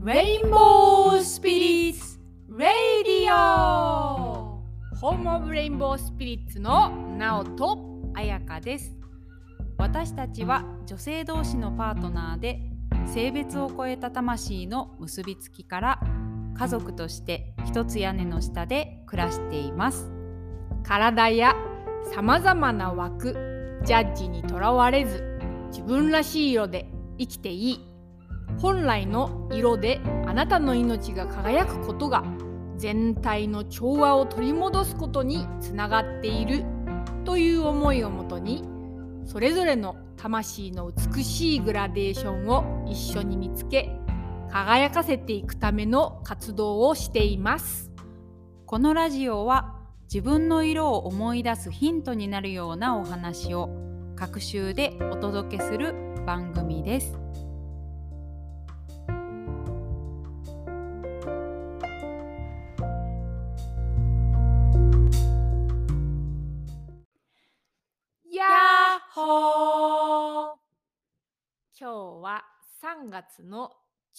レインボースピリッツ・レディオ、ホームオブレインボースピリッツのナオと彩香です。私たちは女性同士のパートナーで、性別を超えた魂の結びつきから家族として一つ屋根の下で暮らしています。 体やさまざまな枠、ジャッジにとらわれず、自分らしい色で生きていい。本来の色であなたの命が輝くことが全体の調和を取り戻すことにつながっているという思いをもとに、それぞれの魂の美しいグラデーションを一緒に見つけ、輝かせていくための活動をしています。 このラジオは自分の色を思い出すヒントになるようなお話を各週でお届けする番組です。 やっほー。今日は3月の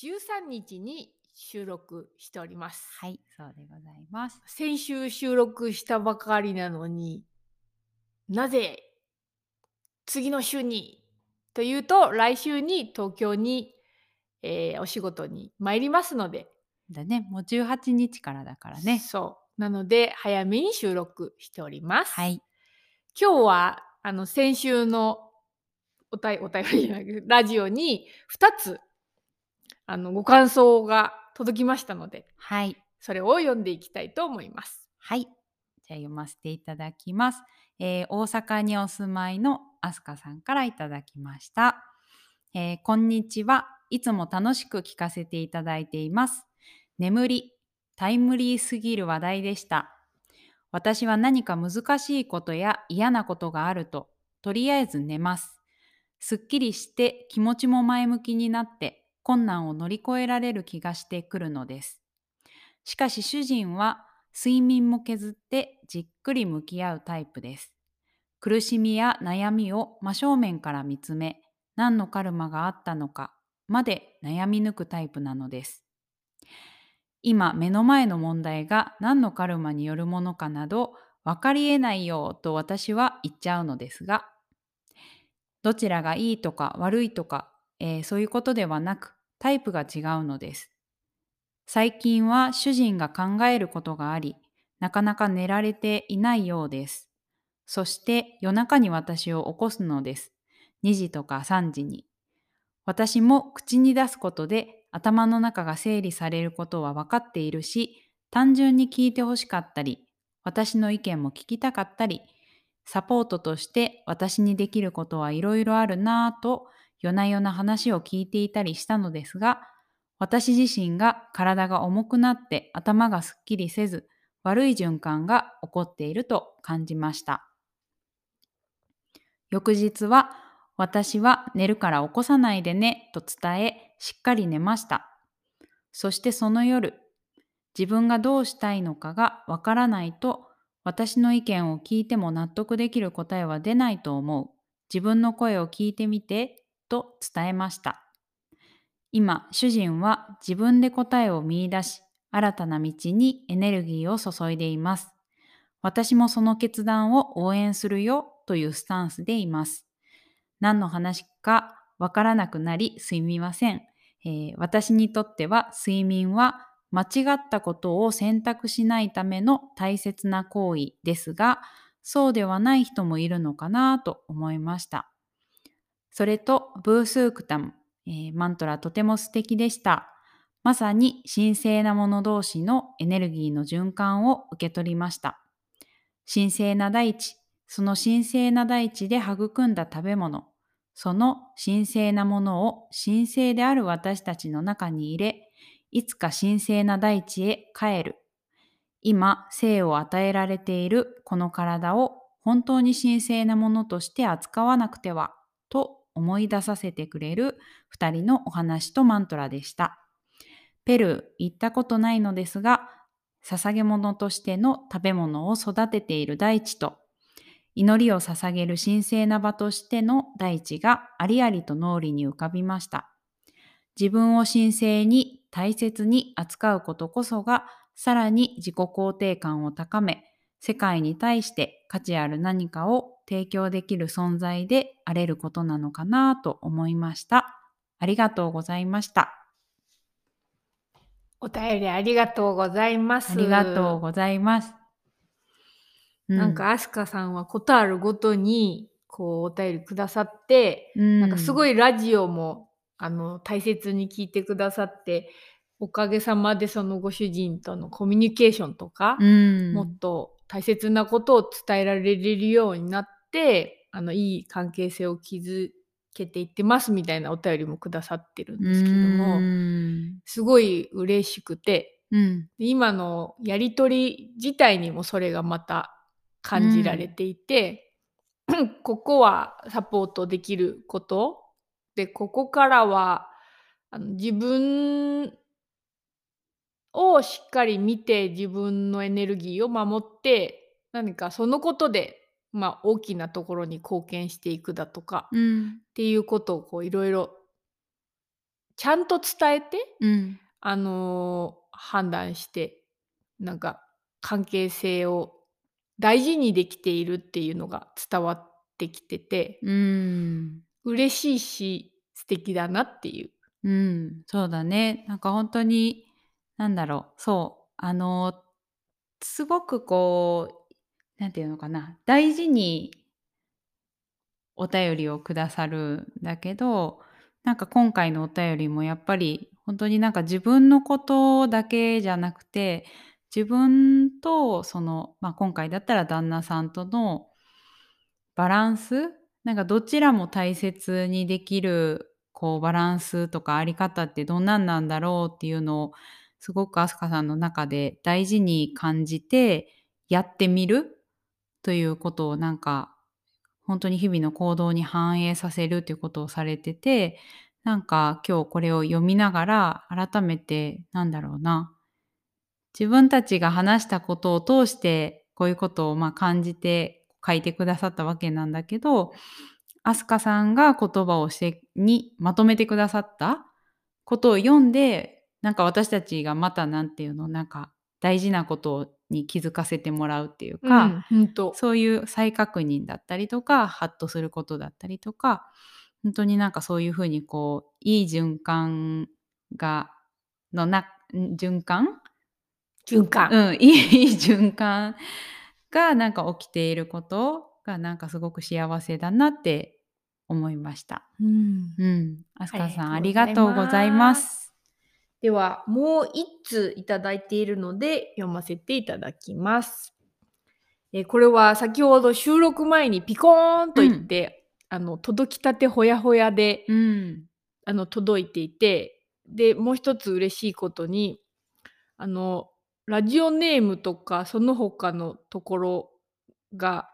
13日に収録しております。 はい、そうでございます。 先週収録したばかりなのになぜ次の週にというと、来週に東京に、お仕事に参りますので。 だね、もう18日からだからね。 そうなので早めに収録しております。 はい。 今日は先週のお便りじゃなくラジオに2つご感想が届きましたので、 はい、 それを読んでいきたいと思います。 はい、じゃあ読ませていただきます。大阪にお住まいのあすかさんからいただきました。こんにちは。いつも楽しく聞かせていただいています。眠り、タイムリーすぎる話題でした。私は何か難しいことや嫌なことがあると、とりあえず寝ます。すっきりして気持ちも前向きになって困難を乗り越えられる気がしてくるのです。しかし主人は睡眠も削ってじっくり向き合うタイプです。苦しみや悩みを真正面から見つめ、何のカルマがあったのかまで悩み抜くタイプなのです。今目の前の問題が何のカルマによるものかなど分かり得ないよと私は言っちゃうのですが、どちらがいいとか悪いとか、そういうことではなくタイプが違うのです。最近は主人が考えることがあり、なかなか寝られていないようです。そして夜中に私を起こすのです。2時とか3時に。私も口に出すことで頭の中が整理されることは分かっているし、単純に聞いてほしかったり、私の意見も聞きたかったり、サポートとして私にできることはいろいろあるなぁと夜な夜な話を聞いていたりしたのですが、私自身が体が重くなって頭がすっきりせず、悪い循環が起こっていると感じました。翌日は、私は寝るから起こさないでねと伝え、しっかり寝ました。そしてその夜、自分がどうしたいのかがわからないと、私の意見を聞いても納得できる答えは出ないと思う。自分の声を聞いてみてと伝えました。今、主人は自分で答えを見出し、新たな道にエネルギーを注いでいます。私もその決断を応援するよというスタンスでいます。何の話かわからなくなりすみません。私にとっては睡眠は間違ったことを選択しないための大切な行為ですが、そうではない人もいるのかなと思いました。それとブースークタム、マントラとても素敵でした。まさに神聖なもの同士のエネルギーの循環を受け取りました。神聖な大地、その神聖な大地で育んだ食べ物、その神聖なものを神聖である私たちの中に入れ、いつか神聖な大地へ帰る。今、生を与えられているこの体を本当に神聖なものとして扱わなくては、と思い出させてくれる2人のお話とマントラでした。ペルー行ったことないのですが、捧げ物としての食べ物を育てている大地と、祈りを捧げる神聖な場としての大地がありありと脳裏に浮かびました。自分を神聖に大切に扱うことこそが、さらに自己肯定感を高め、世界に対して価値ある何かを提供できる存在であれることなのかなと思いました。ありがとうございました。 お便りありがとうございます。 ありがとうございます。 なんかアスカさんはことあるごとにこうお便りくださって、なんかすごいラジオも大切に聞いてくださって、おかげさまでそのご主人とのコミュニケーションとか、もっと大切なことを伝えられるようになって、いい関係性を築けていってますみたいなお便りもくださってるんですけども、すごい嬉しくて、今のやり取り自体にもそれがまた感じられていて、ここはサポートできることで、ここからは自分をしっかり見て、自分のエネルギーを守って、何かそのことで、大きなところに貢献していくだとかっていうことをこういろいろちゃんと伝えて、判断して、なんか関係性を大事にできているっていうのが伝わってきてて、嬉しいし、素敵だなっていう。 そうだね。なんか本当に、すごくこう、なんていうのかな、大事にお便りをくださるんだけど、なんか今回のお便りもやっぱり本当になんか自分のことだけじゃなくて、自分と今回だったら旦那さんとのバランス、なんかどちらも大切にできるバランスとかあり方ってどんなんなんだろうっていうのをすごくあすかさんの中で大事に感じてやってみるということをなんか本当に日々の行動に反映させるということをされてて、なんか今日これを読みながら改めて自分たちが話したことを通してこういうことを感じて書いてくださったわけなんだけど、アスカさんが言葉をにまとめてくださったことを読んで、なんか私たちがまた大事なことに気づかせてもらうっていうか、 ほんと。 そういう再確認だったりとか、ハッとすることだったりとか、本当になんかそういう風にいい循環がのな循環循環。 いい循環がなんか起きていることがなんかすごく幸せだなって思いました。あすかさんありがとうございます。 ではもう一通いただいているので読ませていただきます。これは先ほど収録前にピコーンと言って、届きたてほやほやで、届いていて、でもう一つ嬉しいことにラジオネームとかその他のところが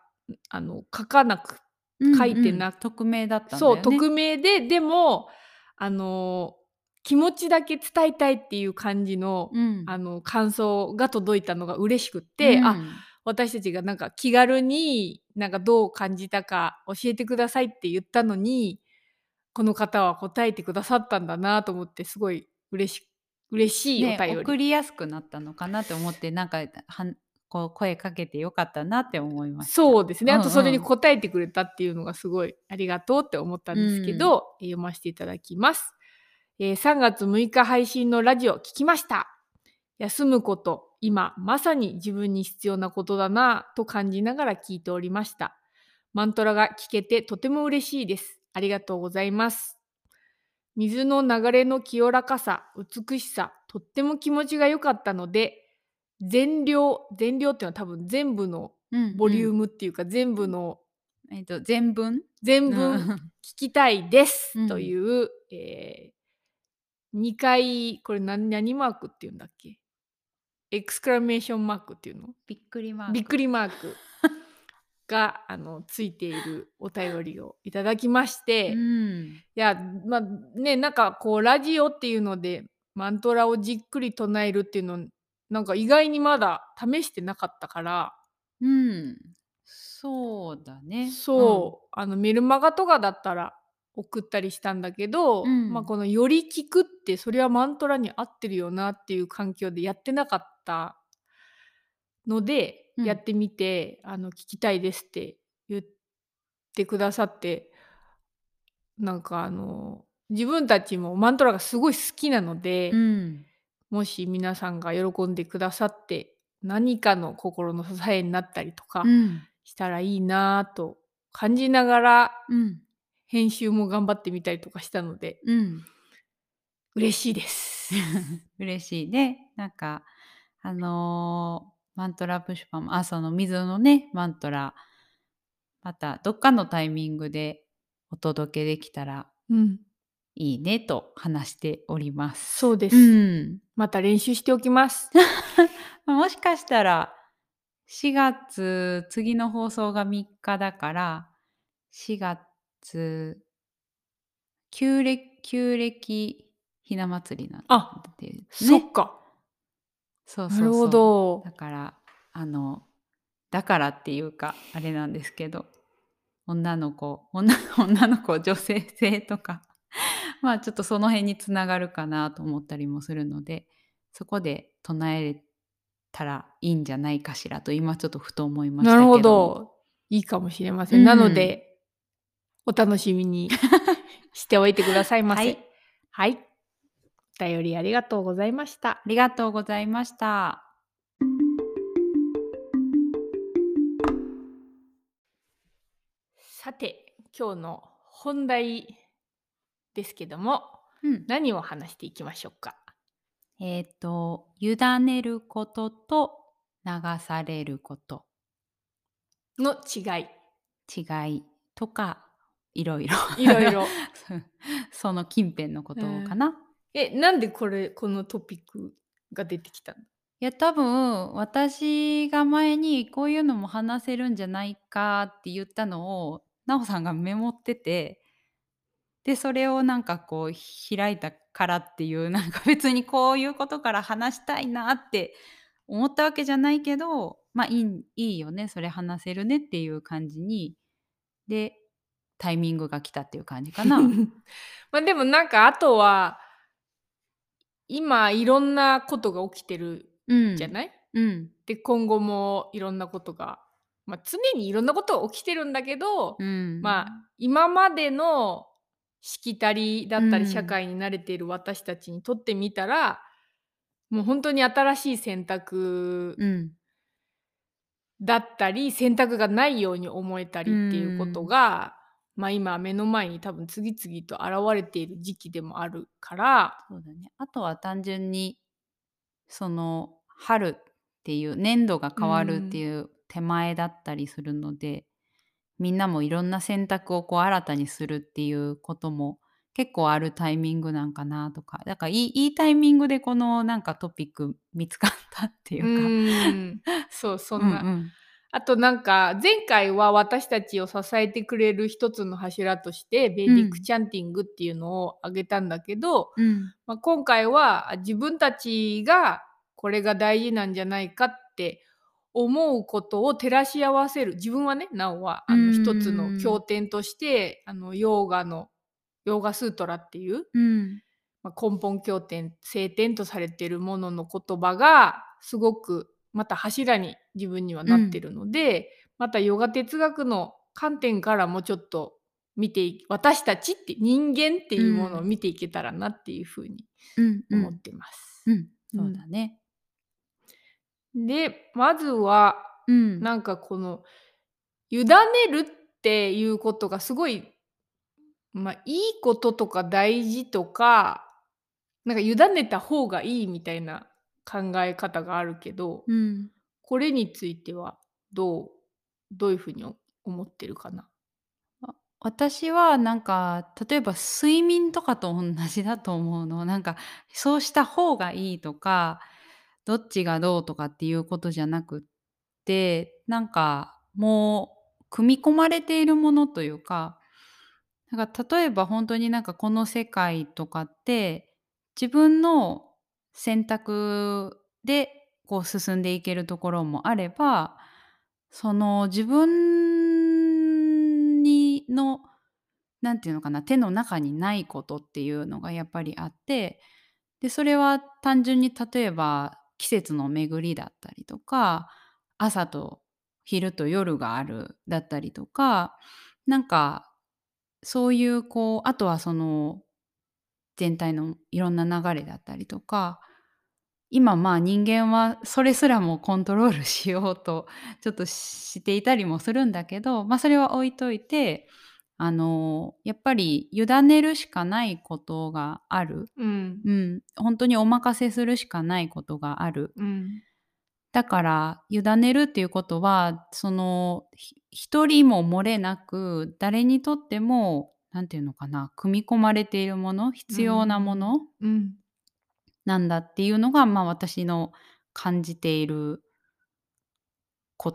書いてなく、 匿名だったんだそう、 よね。 匿名でも気持ちだけ伝えたいっていう感じの、感想が届いたのが嬉しくって、私たちがなんか気軽になんかどう感じたか教えてくださいって言ったのに、この方は答えてくださったんだなと思って、すごい嬉しいおね、 便り。 送りやすくなったのかなって思って、声かけてよかったなって思いました。 そうですね。あとそれに答えてくれたっていうのがすごいありがとうって思ったんですけど、読ませていただきます。3月6日配信のラジオ聞きました。休むこと、今まさに自分に必要なことだなぁと感じながら聞いておりました。マントラが聞けてとても嬉しいです。ありがとうございます。水の流れの清らかさ、美しさ、とっても気持ちが良かったので、全量っていうのは多分全部のボリュームっていうか、全部の全文聞きたいですという、2回これ何マークっていうんだっけ？エクスクラメーションマークっていうの？ びっくりマーク。 びっくりマークがついているお便りをいただきまして、いやなんかこうラジオっていうのでマントラをじっくり唱えるっていうのなんか意外にまだ試してなかったから、 そうだね。 そう、メルマガとかだったら送ったりしたんだけど、 うん。 このより聞くってそれはマントラに合ってるよなっていう環境でやってなかったので、 うん。 やってみて、聞きたいですって言ってくださって、自分たちもマントラがすごい好きなのうで、 ん。 もし皆さんが喜んでくださって、何かの心の支えになったりとかうん。 したらいいなと感じながら、 うん。 編集も頑張ってみたりとかしたので、 うん。 嬉しいです。 嬉しい。で、なんか、マントラプシュパも、その水のね、マントラ、またどっかのタイミングでお届けできたらうん、 いいねと話しております。うそうです。 ん。 また練習しておきます。 もしかしたら4月、次の放送が3日だから、4月、旧暦ひな祭りなんあ、 ていうね。 そっか。 そうなるほそうそう。だど。 から、だからっていうか、あれなんですけど、女の子、女性性とか、ちょっとその辺に繋がるかなと思ったりもするので、そこで唱えれたらいいんじゃないかしらと今ちょっとふと思いましたなるほけども。 ど。いいかもしれまうせん。なのん。 で、お楽しみにしておいてくださいませ。 はい、 はい。お便りありがとうございました。 ありがとうございました。 さて、今日の本題ですけども、 うん。 何を話していきましょうか。 委ねることと流されること、 の違い。 違いとか、いろいろ。 いろいろ。 その近辺のこうん。 とかな。 なんでこのトピックが出てきたの？ いや、多分、私が前にこういうのも話せるんじゃないかって言ったのを、なおさんがメモってて、で、それをなんかこう開いたからっていう、なんか別にこういうことから話したいなって思ったわけじゃないけど、いいよね、それ話せるねっていう感じに、で、タイミングが来たっていう感じかな。 でもあとは、今いろんなことが起きてるうん。 じゃない？ うん。 で、今後もいろんなことが、常にいろんなことが起きてるんだけど、 うん。 今までのしきたりだうったり、社ん。 会に慣れている私たちにとってみたら、もうほんとに新しい選択うん。 だったり、選択がないように思えたうりっていうことん。 が、今目の前に多分次々と現れている時期でもあるから。 そうだね。あとは単純にその春っていう年度がう変わるってん。 いう手前だったりするので、みんなもいろんな選択をこう新たにするっていうことも結構あるタイミングなんかなとか、だからいいタイミングでこのなんかトピック見つかったっていううか。 ーん。そう、そんな。 うんうん。 あと前回は私たちを支えてくれる一つの柱として、ベーディックうん。 チャンティングっていうのを挙げたんだけど、 うん。 今回は、自分たちがこれが大事なんじゃないかって思うことを照らし合わせる。自分はね、なおはうー一つの経ん。 典として、ヨーガスートラっていう、 うん。 根本経典、聖典とされているものの言葉がすごくまた柱に自分にはうん。 なってるので、またヨガ哲学の観点からもちょっと私たちって人間っていうものをうん。 見ていけたらなっていう風にうんうん。 思ってます。 うん。そううん。 だね。 で、まずは、 うん。 この委ねるっていうことがすごい、いいこととか大事とか、委ねた方がいいみたいな考え方があるけど、 うん。 これについてはどうどういうふうに思ってるかな？ 私はなんか、例えば睡眠とかと同じだと思うの。なんか、そうした方がいいとか、どっちがどうとかっていうことじゃなくって、なんかもう組み込まれているものというか、なんか例えば本当になんかこの世界とかって、自分の選択でこう進んでいけるところもあれば、その自分にのなんていうのかな、手の中にないことっていうのがやっぱりあって、で、それは単純に例えば季節の巡りだったりとか、朝と昼と夜があるだったりとか、なんかそういうこう、あとはその全体のいろんな流れだったりとか、今人間はそれすらもコントロールしようとちょっとしていたりもするんだけど、それは置いといて、やっぱり委ねるしかないことがある。 うん。 うん、本当にお任せするしかないことがある。 うん。 だから、委ねるっていうことは、その、一人も漏れなく、誰にとっても、なんていうのかな、組み込まれているもの、 う必要なもん。 のうん。 なんだっていうのが、私の感じていること。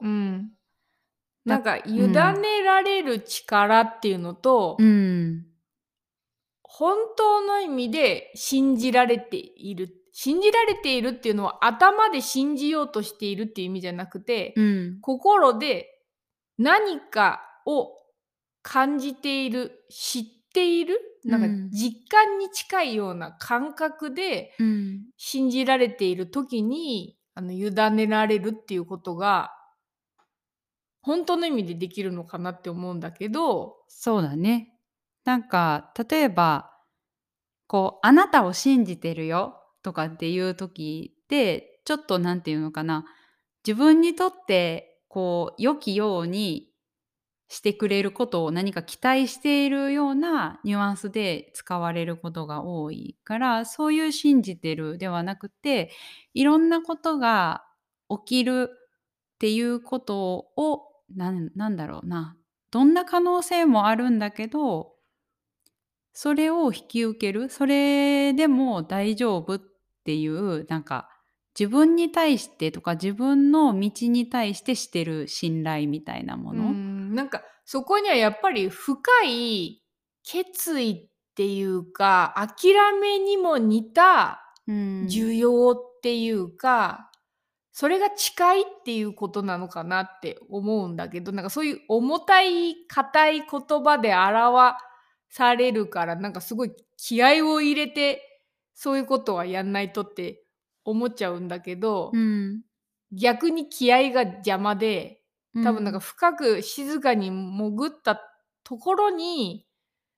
うん。なんだか委うん。 ねられる力っていうのうと、 ん。 本当の意味で信じられている。信じられているっていうのは頭で信じようとしているっていう意味じゃなくて、 うん。 心で何かを感じている、知っている、なんかうん。 実感に近いような感覚でうん。 信じられている時に、委ねられるっていうことが、本当の意味でできるのかなって思うんだけど。 そうだね。なんか、例えばあなたを信じてるよとかっていう時って、ちょっとなんていうのかな、自分にとって良きようにしてくれることを何か期待しているようなニュアンスで使われることが多いから、そういう信じてるではなくて、いろんなことが起きるっていうことを、なんだろうな、どんな可能性もあるんだけど、それを引き受ける、それでも大丈夫っていう、なんか、自分に対してとか、自分の道に対してしてる信頼みたいなもの。 なんかそこにはやっぱり深い決意っていうか、諦めにも似たうん。 需要っていうか、それが近いっていうことなのかなって思うんだけど、なんかそういう重たい硬い言葉で表されるから、なんかすごい気合を入れて、そういうことはやんないとって思っちゃうんだけど、 うん。 逆に気合が邪魔で、多分なんかうん。 深く静かに潜ったところに、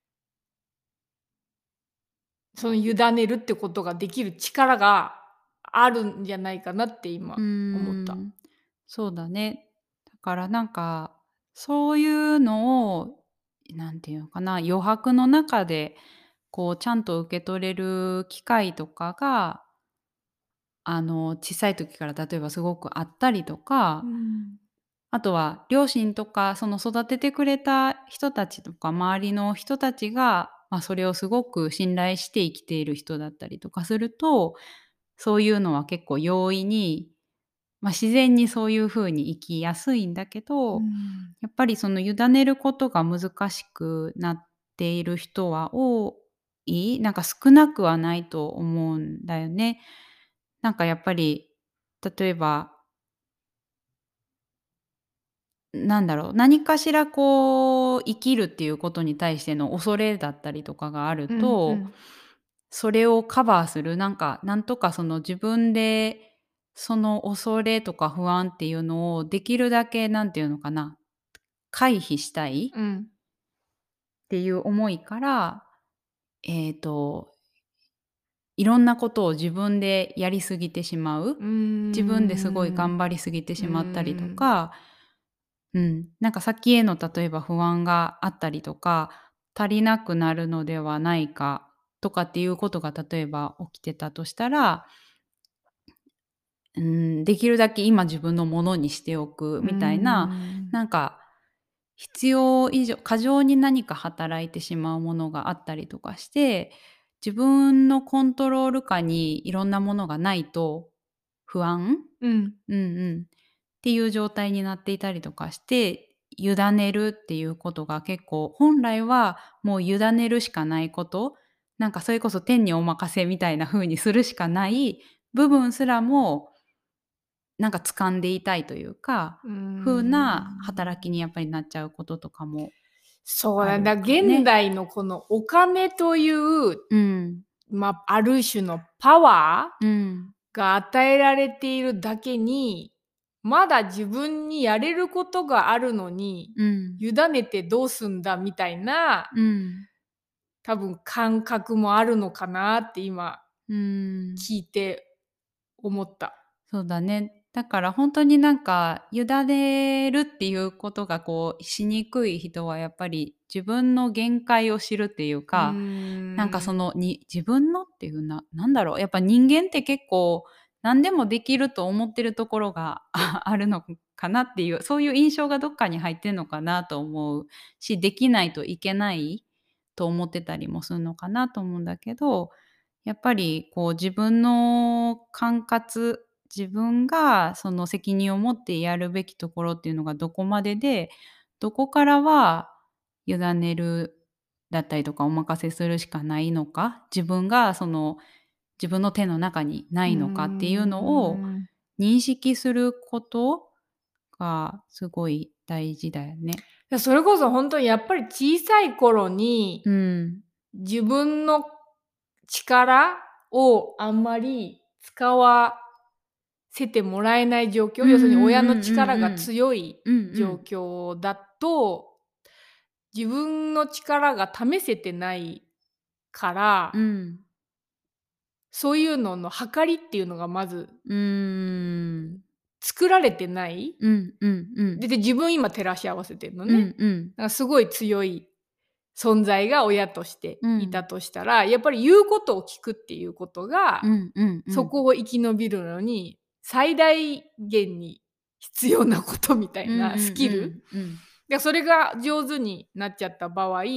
その委ねるってことができる力があるんじゃないかなってうー今思った。 ん。そうだね。だからなんか、そういうのを、なんていうのかな、余白の中で、ちゃんと受け取れる機会とかが、小さい時から例えばすごくあったりとうか、 ん。 あとは両親とか、その育ててくれた人たちとか、周りの人たちが、それをすごく信頼して生きている人だったりとかすると、そういうのは結構容易に、自然にそういう風に生きやすいんだけうど、 ん。 やっぱりその委ねることが難しくなっている人は多い、なんか少なくはないと思うんだよね。なんかやっぱり、例えばなんだろう、何かしら生きるっていうことに対しての恐れだったりとかがあるうんうと、 ん。 それをカバーする、なんとかその自分で、その恐れとか不安っていうのをできるだけなんていうのかな、回避したいっうん。 ていう思いから、えっと、いろんなことを自分でやりすぎてしまう。 うー自分ですごいん。 頑張りすぎてうーしまったりとん。 か、なんか先への例えば不安があったりとか、足りなくなるのではないかとかっていうことが例えば起きてたとしたら、できるだけ今自分のものにしておくうーみたいな、 ん。 なんか必要以上過剰に何か働いてしまうものがあったりとかして、自分のコントロール下にいろんなものがないと不安うん。 っていう状態になっていたりとかして、委ねるっていうことが結構、本来はもう委ねるしかないこと、なんかそれこそ天にお任せみたいな風にするしかない部分すらも、なんか掴んでいたいというか、 うー風なん。 働きにやっぱりなっちゃうこととかもそうだ、 あるか現ね。 代のこのお金という、 うん、 ある種のパワうん、 ーが与えられているだけに、まだ自分にやれることがあるのに、 うん、 委ねてどうすんだみたいな、 うん、 多分感覚もあるのかなって今うん。 聞いて思った。 そうだね。だから本当になんか、委ねるっていうことがこうしにくい人はやっぱり自分の限界を知るっていううーか、なんかそん。 の自分のっていうなんだろう、やっぱ人間って結構何でもできると思ってるところがあるのかなっていう、そういう印象がどっかに入ってんのかなと思うし、できないといけないと思ってたりもするのかなと思うんだけど、やっぱりこう自分の自分がその責任を持ってやるべきところっていうのがどこまでで、どこからは委ねるだったりとかお任せするしかないのか、自分の手の中になうーいのかっていうのをん。 認識することがすごい大事だよね。 それこそほんとにやっぱり小さい頃に、 うん。 自分の力をあんまり使わせてもらえない状況、 うん要するに親のうんうんうん力がうん。 強いうんう状ん。 況だと、自分の力が試せてないから、 うん。 そういうのの計りっていうのがまずうーん。 作られてない。 うんうんうん。 で、自分今照らし合わせてんのうね。 んうん。 だからすごい強い存在が親としてうん。 いたとしたら、やっぱり言うことを聞くっていうことが、 うんうんうん。 そこを生き延びるのに最大限に必要なことみたいうんうなスキル。 んうんうん。 で、それが上手になっちゃった場合、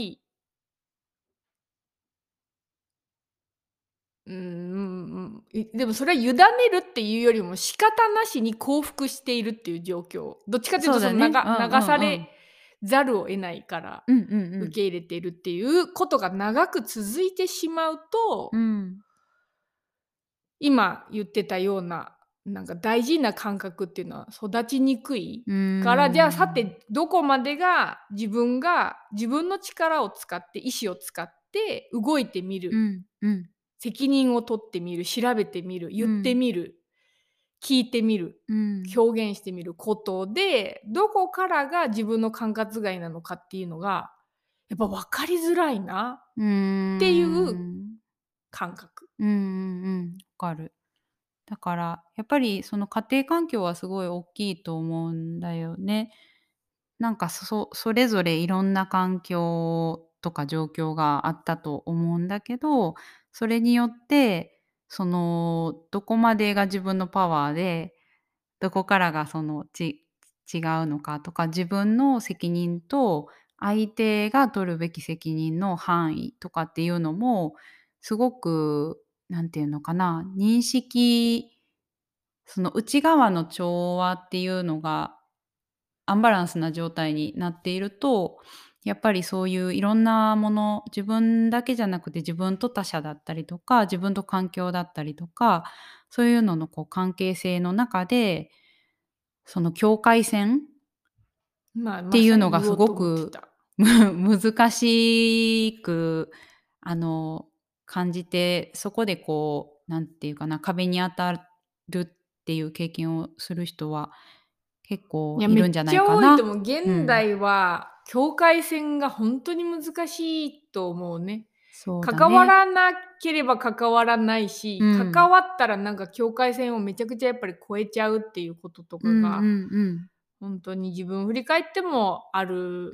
でもそれは委ねるっていうよりも仕方なしに降伏しているっていう状況。どっちかというとそのそうだね。うんう流されんうん。 ざるを得ないからうんうんうん。 受け入れているっていうことが長く続いてしまうと、 うん。 今言ってたような、なんか大事な感覚っていうのは育ちにくいうーから、じゃあさん。 てどこまでが自分が自分の力を使って意思を使って動いてみる、 うんうん。 責任を取ってみる、調べてみる、言ってうん。 みる、聞いてみる、 うん。 表現してみることで、どこからが自分の管轄外なのかっていうのが、やっぱ分かりづらいなうーっていうん。 感覚。 うんうんうん。わかる。だから、やっぱりその家庭環境はすごい大きいと思うんだよね。なんかそれぞれいろんな環境とか状況があったと思うんだけど、それによって、どこまでが自分のパワーで、どこからが違うのかとか、自分の責任と相手が取るべき責任の範囲とかっていうのも、すごく、なんていうのかな、その内側の調和っていうのがアンバランスな状態になっていると、やっぱりそういういろんなもの、自分だけじゃなくて自分と他者だったりとか、自分と環境だったりとか、そういうののこう関係性の中で、その境界線っまていうさにのがす言おうと思ってごくた。 難しく、あの、感じて、そこでこう、なんていうかな、壁に当たるっていう経験をする人は結構いや、めっいるんじゃなちゃ多いといかな。 思う。 うん。 現代は境界線がほんとに難しいと思うね。 そうだ関わね。 らなければ関わらないし、関うん。 わったらなんか境界線をめちゃくちゃやっぱり越えちゃうっていうこととうんうんかが、 うん。 ほんとに自分振り返ってもあるうん。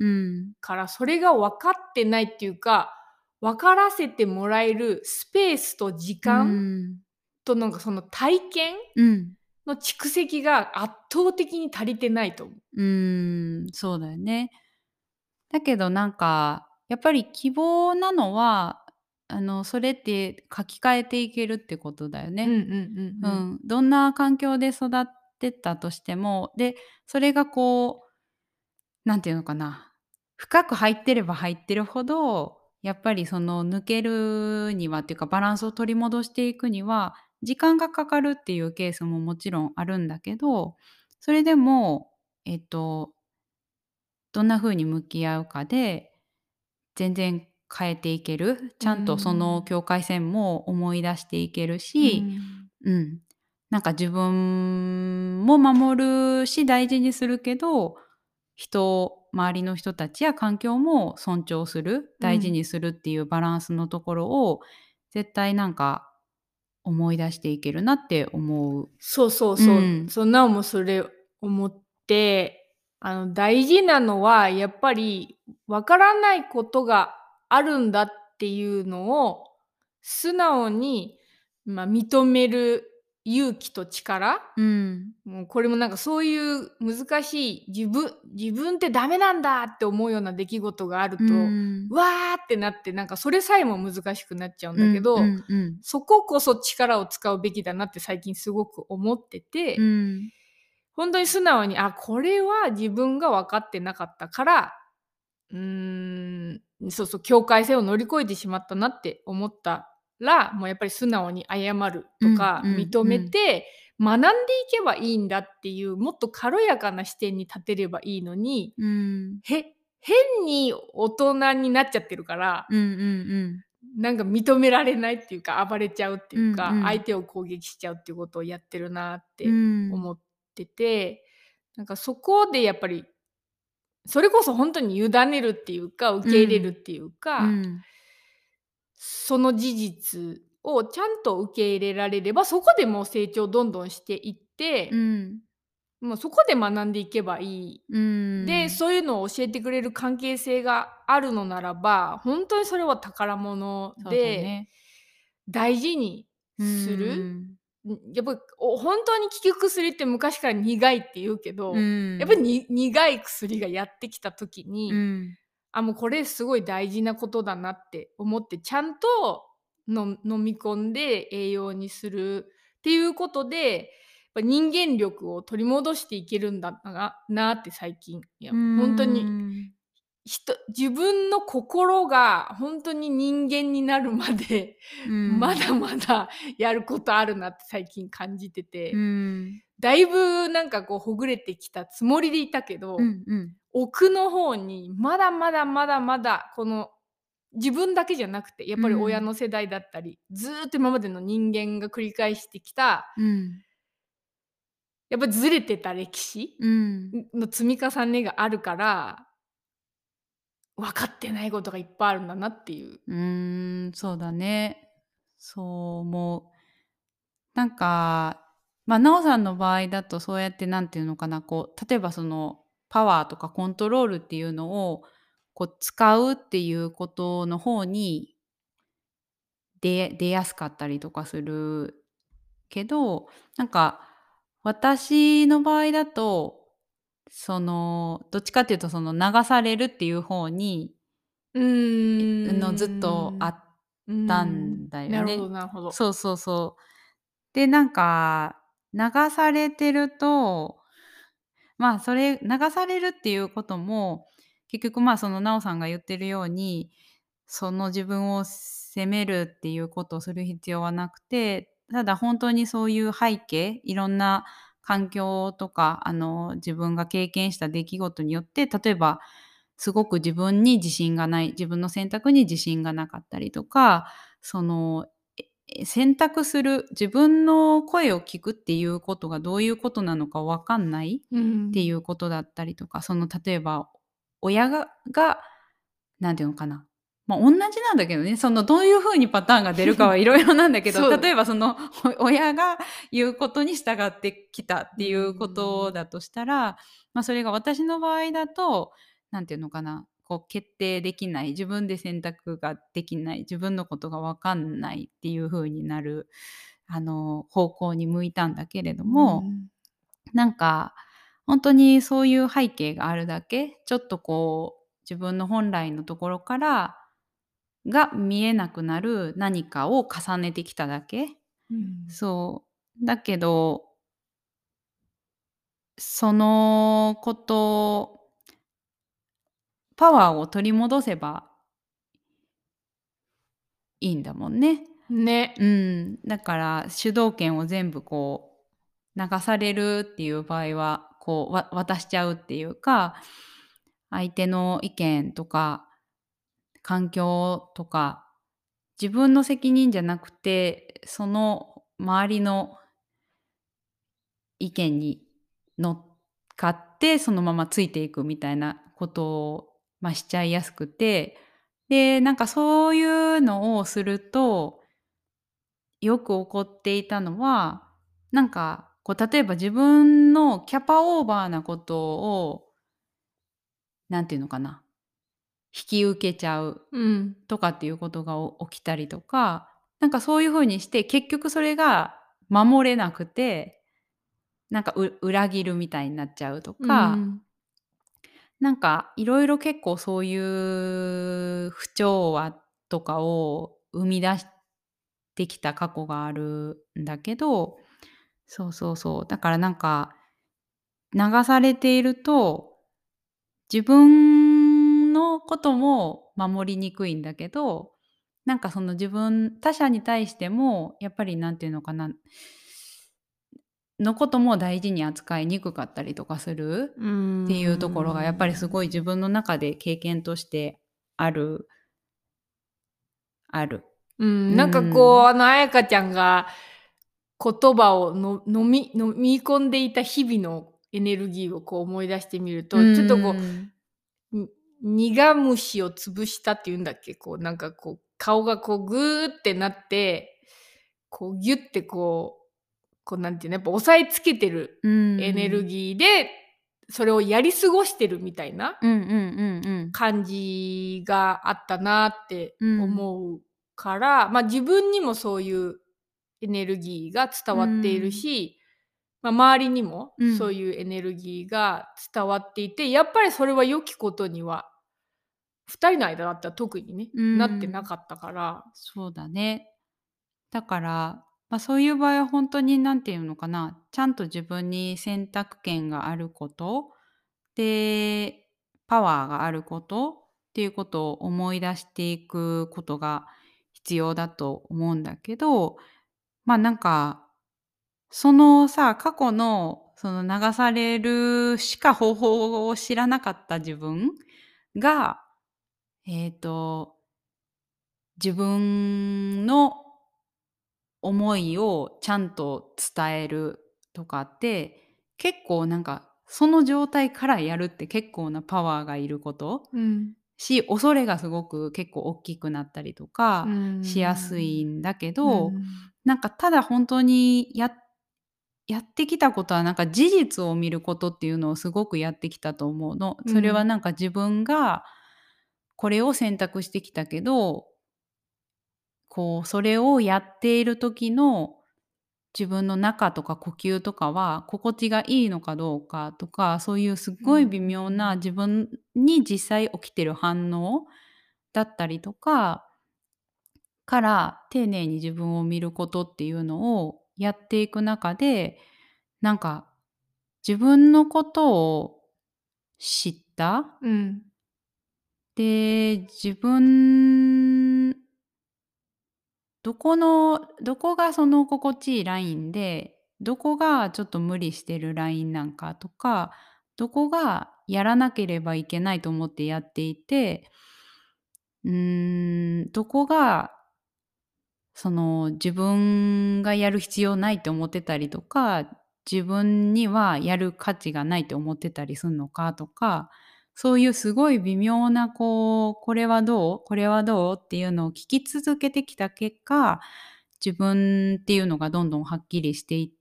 から、それが分かってないっていうか、分からせてもらえるスペースと時う間ん。 となんかその体験うん。 の蓄積が圧倒的に足りてないと思う。 そうだよね。だけどなんか、やっぱり希望なのは、それって書き換えていけるってことだよね。 うんうんうんうん。 うん。どんな環境で育ってたとしても、で、それがこうなんていうのかな、深く入ってれば入ってるほど、やっぱりその抜けるにはっていうか、バランスを取り戻していくには、時間がかかるっていうケースももちろんあるんだけど、それでも、どんな風に向き合うかで、 全然変えていける。ちゃんとその境界線も思い出していけるし、なんか自分も守るし大事にするけど、周りの人たちや環境も尊重する、大事にするっていうバランスのところを絶対なんか思い出していけるなって思う。 そうそううそう。 ん。 なおもそれ思って、大事なのはやっぱりわからないことがあるんだっていうのを素直に、認める勇気と力。 うん。 もうこれもなんかそういう難しい自分ってダメなんだって思うような出来事があるうと、 ん。 わーってなって、なんかそれさえも難しくなっちゃうんうんうだけど、 んうん。 そここそ力を使うべきだなって最近すごく思ってうて、 ん。 本当に素直に、これは自分が分かってなかったから、そうそう、境界線を乗り越えてしまったなって思ったら、もうやっぱり素直に謝るとか、 うんうん認うん。 めて学んでいけばいいんだっていう、もっと軽やかな視点に立てればいいのに、 うん。 変に大人になっちゃってるから、 うんうんうん。 なんか認められないっていうか、暴れちゃうってういうか、 んうん。 相手を攻撃しちゃうっていうことをやってるなっうてん。 思ってて、なんかそこでやっぱり、それこそ本当に委ねるっていうか、受け入れるうん。 っていうか、 うん。 その事実をちゃんと受け入れられれば、そこでもう成長どんどんしていって、 うん。 もうそこで学んでいけばいい。 うで、 ん。 そういうのを教えてくれる関係性があるのならば、本当にそれは宝物そうだで、 ね。 大事にうする。 ん。 やっぱり、本当に効く薬って昔から苦いって言うけうど、やっぱりん。 苦い薬がやってきた時に、 うん。 もうこれすごい大事なことだなって思って、ちゃんと飲み込んで栄養にするっていうことで、やっぱ人間力を取り戻していけるんだなって最近、いや、 う本当にん。 自分の心が本当に人間になるまで、 うまん。 だまだやることあるなって最近感じてうて、 ん。 だいぶなんかこうほぐれてきたつもりでいたけうど、 んうん。 奥の方にまだまだまだまだこの自分だけじゃなくて、やっぱり親うん。 の世代だったり、ずっと今までの人間が繰り返してきた、 うん。 やっぱずれてた歴史うん。 の積み重ねがあるから、分かってないことがいっぱいあるんだなっていう。 そうだね。そう思う。なんか、なおさんの場合だとそうやってなんていうのかな、こう、例えばそのパワーとかコントロールっていうのを、こう使うっていうことの方に出やすかったりとかするけど、なんか私の場合だと、どっちかっていうとその流されるっていう方に、 うーずっとあん。 ったんだよなるほどね。 なるほど。 そうそうそう。で、なんか、流されてると、流されるっていうことも、結局、その、なおさんが言ってるように、その自分を責めるっていうことをする必要はなくて、ただ本当にそういう背景、いろんな環境とか、自分が経験した出来事によって、例えば、すごく自分に自信がない、自分の選択に自信がなかったりとか、その選択する、自分の声を聞くっていうことがどういうことなのか分かんないうっていん。 うことだったりとか、例えば親なんていうのかな、同じなんだけどね、どういう風にパターンが出るかはいろいろなんだけど、 そう。 例えば親が言うことに従ってきたっうていうことん。 だとしたら、それが私の場合だと、なんていうのかな、こう決定できない、自分で選択ができない、自分のことが分かんないっていう風になる、方向に向いたんだけれどうも、 ん。 なんか、ほんとにそういう背景があるだけ、ちょっとこう、自分の本来のところが見えなくなる何かを重ねてきただけ。 うん。 そう。だけど、そのことパワーを取り戻せばいいんだもんね。 ね。 うん。だから主導権を全部こう、流されるっていう場合は、こう、渡しちゃうっていうか、相手の意見とか環境とか自分の責任じゃなくて、その周りの意見に乗っかって、そのままついていくみたいなことを、しちゃいやすくて、で、なんかそういうのをすると、よく起こっていたのは、なんか、例えば自分のキャパオーバーなことを、なんていうのかな、引き受けちゃううん。 とかっていうことが起きたりとか、なんかそういう風にして、結局それが守れなくて、なんか裏切るみたいになっちゃうとうか、 ん。 なんかいろいろ結構そういう不調和とかを生み出してきた過去があるんだけど、そうそうそう。だからなんか、流されていると、自分のことも守りにくいんだけど、なんかその他者に対しても、やっぱりなんていうのかな、のことも大事に扱いにくかったりとかするうーっていうところがやっぱりすん。 ごい自分の中で経験としてあるある。 うん、 うなんかこう、 ん。 彩香ちゃんが言葉を飲み込んでいた日々のエネルギーをこう思い出してみるうと、ちょっとこん。 う、苦虫を潰したっていうんだっけ、こうなんかこう、顔がこうグーってなって、こうギュってこうなんていうの、やっぱ押さえつけてるうエネルん。 ギーで、それをやり過ごしてるみたいなうんうんうんうん。 感じがあったなってうん。 思うから、自分にもそういうエネルギーが伝うわっているん。 し、周りにもうん。 そういうエネルギーが伝わっていて、やっぱりそれは良きことには、2人の間だったら特にね、 うなってなん。 かったから。 そうだね。だから、そういう場合は本当に何て言うのかな、ちゃんと自分に選択権があること、で、パワーがあることっていうことを思い出していくことが必要だと思うんだけど、なんか、そのさ、過去のその流されるしか方法を知らなかった自分が、えっと、自分の思いをちゃんと伝えるとかって、結構なんか、その状態からやるって結構なパワーがいることうん。 恐れがすごく結構大きくなったりとうーかしやすいん。 んだけうど、 ん。 なんかただ本当にやってきたことはなんか事実を見ることっていうのをすごくやってきたと思うの。それはうん。 なんか自分がこれを選択してきたけど、それをやっている時の自分の中とか呼吸とかは心地がいいのかどうかとか、そういうすっうごい微妙なん。 自分に実際起きてる反応だったりとかから丁寧に自分を見ることっていうのをやっていく中で、なんか自分のことを知った。 うん。 で、自分どこがその心地いいラインで、どこがちょっと無理してるラインなんかとか、どこがやらなければいけないと思ってやっていて、どこがその自分がやる必要ないと思ってたりとか、自分にはやる価値がないと思ってたりすんのかとか、そういうすごい微妙なこれはどう？これはどう？っていうのを聞き続けてきた結果、自分っていうのがどんどんはっきりしていって、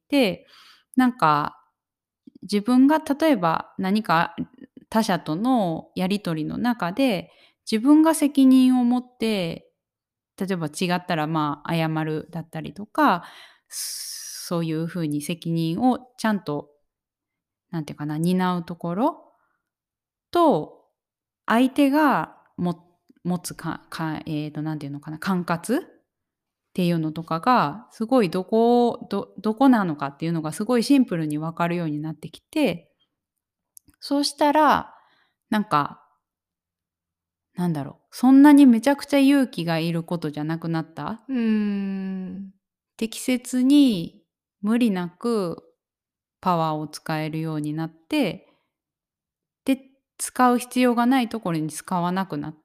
なんか自分が例えば何か他者とのやり取りの中で、自分が責任を持って例えば違ったら、謝るだったりとか、そういう風に責任をちゃんと、なんていうかな、担うところと、相手が持つなんていうのかな、管轄っていうのとかが、すごいどこなのかっていうのがすごいシンプルに分かるようになってきて、そうしたら、なんか、なんだろう、そんなにめちゃくちゃ勇気がいることじゃなくなった。 うーん。 適切に無理なくパワーを使えるようになって、で、 使う必要がないところに使わなくなった。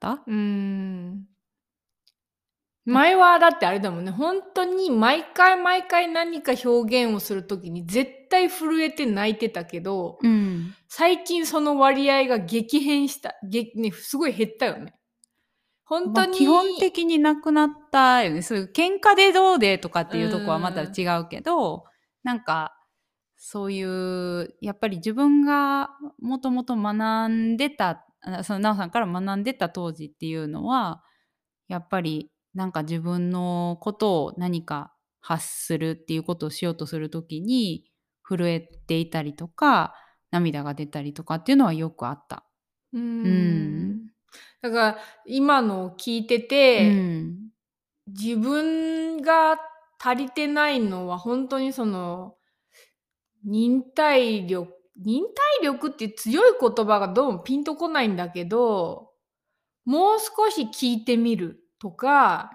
前はだってあれだもんね、ほんとに毎回毎回何か表現をする時に絶対震えて泣いてたけど、 うん。 最近その割合が激変した。ね、すごい減ったよね。ほんと基本に的になくなったよね。そういう喧嘩でどうでとかっうていうとこはまたーん。 違うけど、なんか、そういう、やっぱり自分がもともと学んでた、そのなおさんから学んでた当時っていうのは、やっぱりなんか自分のことを何か発するっていうことをしようとする時に、震えていたりとか、涙が出たりとかっていうのはよくあった。 うーうん。 ん。だから今のを聞いてうて、 ん。 自分が足りてないのはほんとにその、忍耐力っていう強い言葉がどうもピンとこないんだけど、もう少し聞いてみるとか、 うん。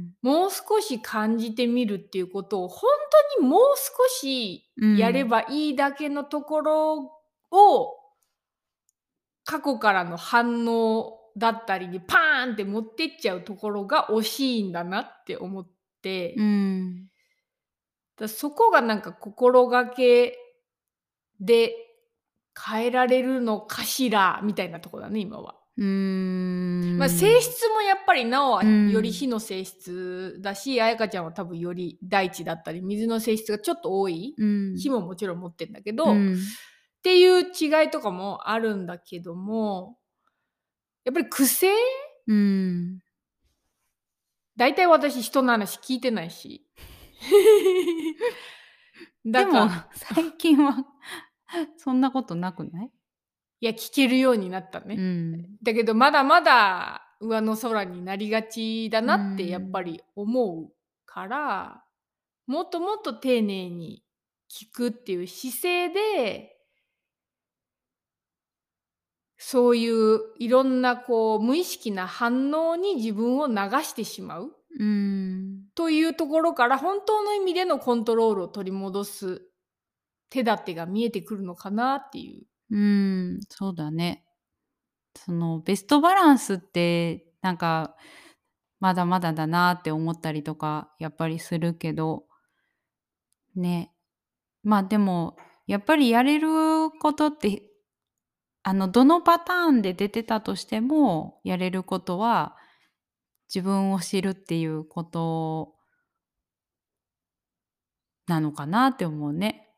もう少し感じてみるっていうことをほんとにもう少しやれうん。 ばいいだけのところを、過去からの反応だったりにパーンって持ってっちゃうところが惜しいんだなって思っうて、 ん。 そこがなんか心がけで変えられるのかしらみたいなとこだね、今は。 うー性ん。 質もやっぱりなおはうよりん。 火の性質だし、あやかちゃんは多分より大地だったり、水の性質がちょっと多い。 うん。 火ももちろん持ってんだけど、っうん。 ていう違いとかもあるんだけども、やっぱり癖うん。 大体私人の話聞いてないし。 でも、 だか最近はそんなことなくない？ いや、聞けるようになったうね。 ん。 だけどまだまだ上の空になりがちだうなってやっぱん。 り思うから、もっともっと丁寧に聞くっていう姿勢で、そういういろんなこう無意識な反応に自分を流してしまううん。 というところから、本当の意味でのコントロールを取り戻す手立てが見えてくるのかなっていう。 うん、そうだね。そのベストバランスって、なんか、まだまだだなって思ったりとか、やっぱりするけど、ね。でも、やっぱりやれることって、どのパターンで出てたとしても、やれることは、自分を知るっていうことなのかなって思うね。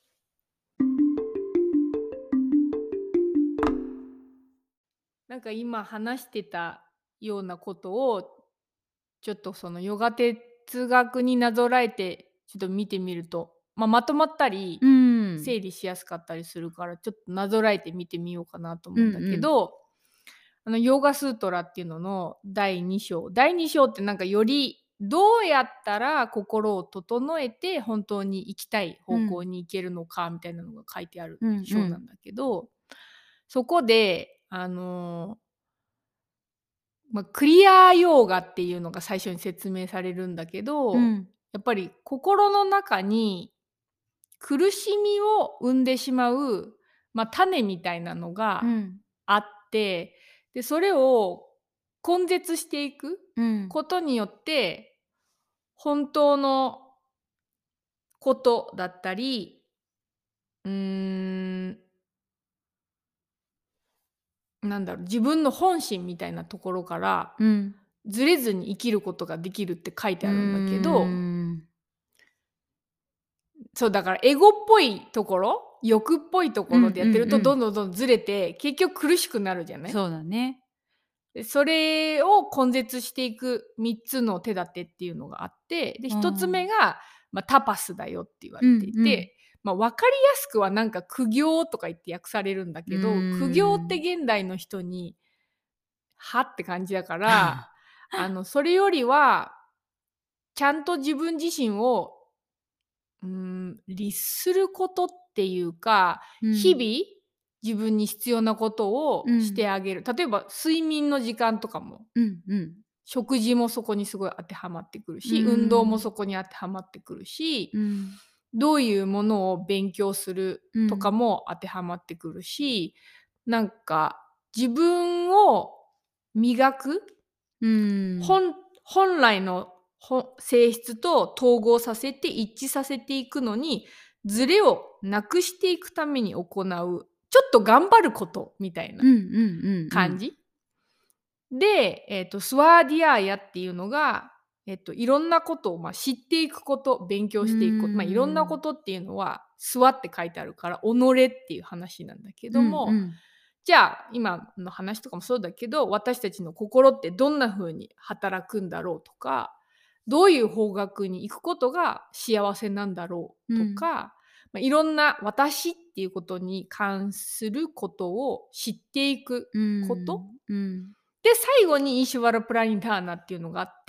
なんか今話してたようなことを、ちょっとそのヨガ哲学になぞらえて、ちょっと見てみると、まとまったり、 うん。 整理しやすかったりするから、ちょっとなぞらえて見てみようかなとうん思うんだうん。 けど、ヨーガスートラっていうのの第2章。第2章ってなんかよりどうやったら心を整えて本当に行きたい方向うん。 に行けるのかみたいなのが書いてあるうんうん。 章なんだけど、そこで、クリアヨーガっていうのが最初に説明されるんだけど、 うん。 やっぱり心の中に苦しみを生んでしまう、種みたいなのがうん。 あって、で、それを根絶していくうん。 ことによって、本当のことだったり、うーん、自分の本心みたいなところからうん。 ずれずに生きることができるって書いてうーあるんだけど、 ん。 そう、だからエゴっぽいところ、欲っぽいところうんでやってると、 うんうん。 どんどんどんどんずれて、結局苦しくなるじゃない。 そうだね。 で、それを根絶していく3つの手立てっていうのがあって、で、 う 1つ目ん。 が、タパスだよって言わうれてんうん。 いて、分かりやすくはなんか苦行とか言って訳されるんだうけど、苦行ってーん。 現代の人に、はって感じだから、それよりは、ちゃんと自分自身を律することっていうか、 うん。 日々、自分に必要なことをしうん。 てあげる。例えば睡眠の時間とかも、 うんうん。 食事もそこにすごい当てはまってくるうーし、運動もん。 そこに当てはまってくるし、 うん。 どういうものを勉強するとかうん。 も当てはまってくるし、 なんか自分を磨く、本来の性質と統合させて一致させていくのに、ズレをなくしていくために行う、ちょっと頑張ることみたいな感じ。で、スワーディアーヤっていうのが、いろんなことを、知っていくこと、勉強していくこと、いろんなことっていうのは、スワって書いてあるから、己っていう話なんだけども、じゃあ、今の話とかもそうだけど、私たちの心ってどんな風に働くんだろうとか、どういう方角に行くことが幸せなんだろうとか、いろんな私っていうことに関することを知っていくこと。で、最後にイーシュワラ・プラニターナっていうのがあって、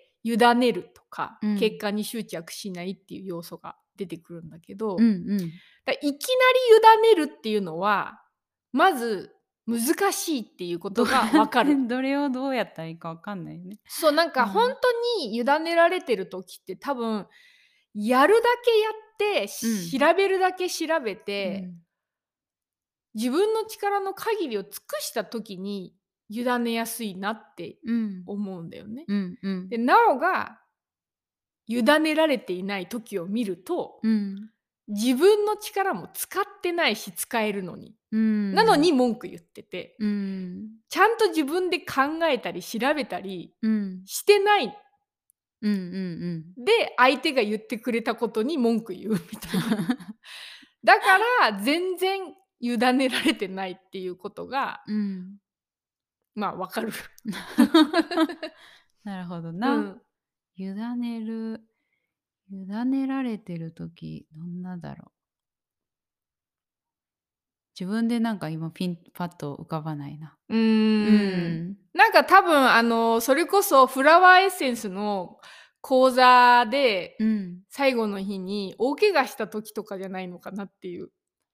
委ねるとか、結果に執着しないっていう要素が出てくるんだけど、いきなり委ねるっていうのは、まず難しいっていうことがわかる。 どれをどうやったらいいかわかんないよね。 そう、なんか本当に委ねられてる時って多分、やるだけやって、調べるだけ調べて、自分の力の限りを尽くした時に委ねやすいなって思うんだよね。で、なおが委ねられていない時を見ると、自分の力も使ってないし使えるのに。なのに文句言ってて、ちゃんと自分で考えたり調べたりしてない。で、相手が言ってくれたことに文句言うみたいな。だから全然委ねられてないっていうことが、わかる。 なるほどな。委ねられてる時どんなだろう。自分でなんか今パッと浮かばないな。 なんか多分それこそフラワーエッセンスの講座で、最後の日に大怪我した時とかじゃないのかなっていう。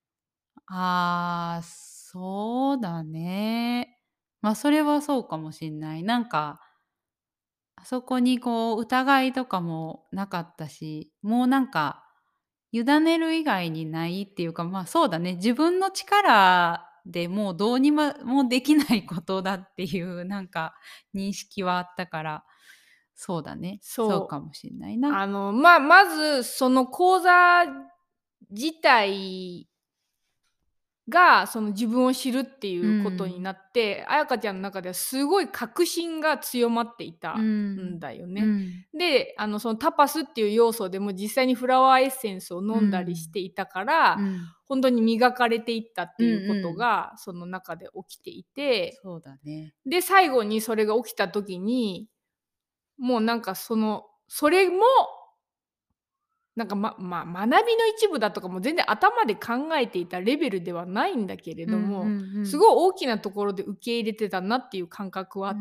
そうだね。それはそうかもしんない。なんか、あそこにこう疑いとかもなかったし、もうなんか、委ねる以外にないっていうか、そうだね、自分の力でもうどうにもできないことだっていうなんか認識はあったから、そうだね。そうかもしんないな。 まずその講座自体がその自分を知るっていうことになって、あやかちゃんの中ではすごい確信が強まっていたんだよね。で、そのタパスっていう要素でも実際にフラワーエッセンスを飲んだりしていたから、本当に磨かれていったっていうことがその中で起きていて、 そうだね。 で、最後にそれが起きた時に、もうなんかそれもなんか、学びの一部だとかも全然頭で考えていたレベルではないんだけれども、すごい大きなところで受け入れてたなっていう感覚はあって、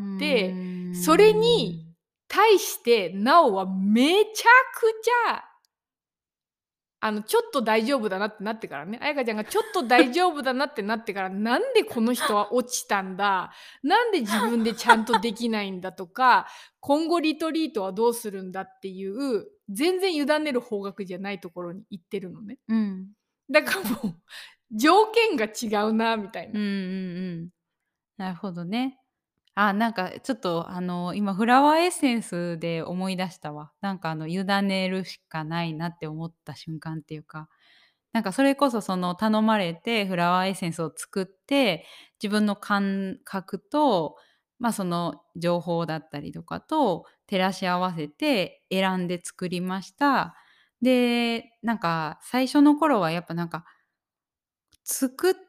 それに対してなおはめちゃくちゃちょっと大丈夫だなってなってからね、あやかちゃんがちょっと大丈夫だなってなってから、なんでこの人は落ちたんだ、なんで自分でちゃんとできないんだとか、今後リトリートはどうするんだっていう、全然委ねる方角じゃないところに行ってるのね。だからもう、条件が違うなみたいな。 なるほどね。なんかちょっと今フラワーエッセンスで思い出したわ。なんか委ねるしかないなって思った瞬間っていうか、なんかそれこそその頼まれてフラワーエッセンスを作って、自分の感覚と、その情報だったりとかと照らし合わせて選んで作りました。で、なんか最初の頃はやっぱなんか、作って、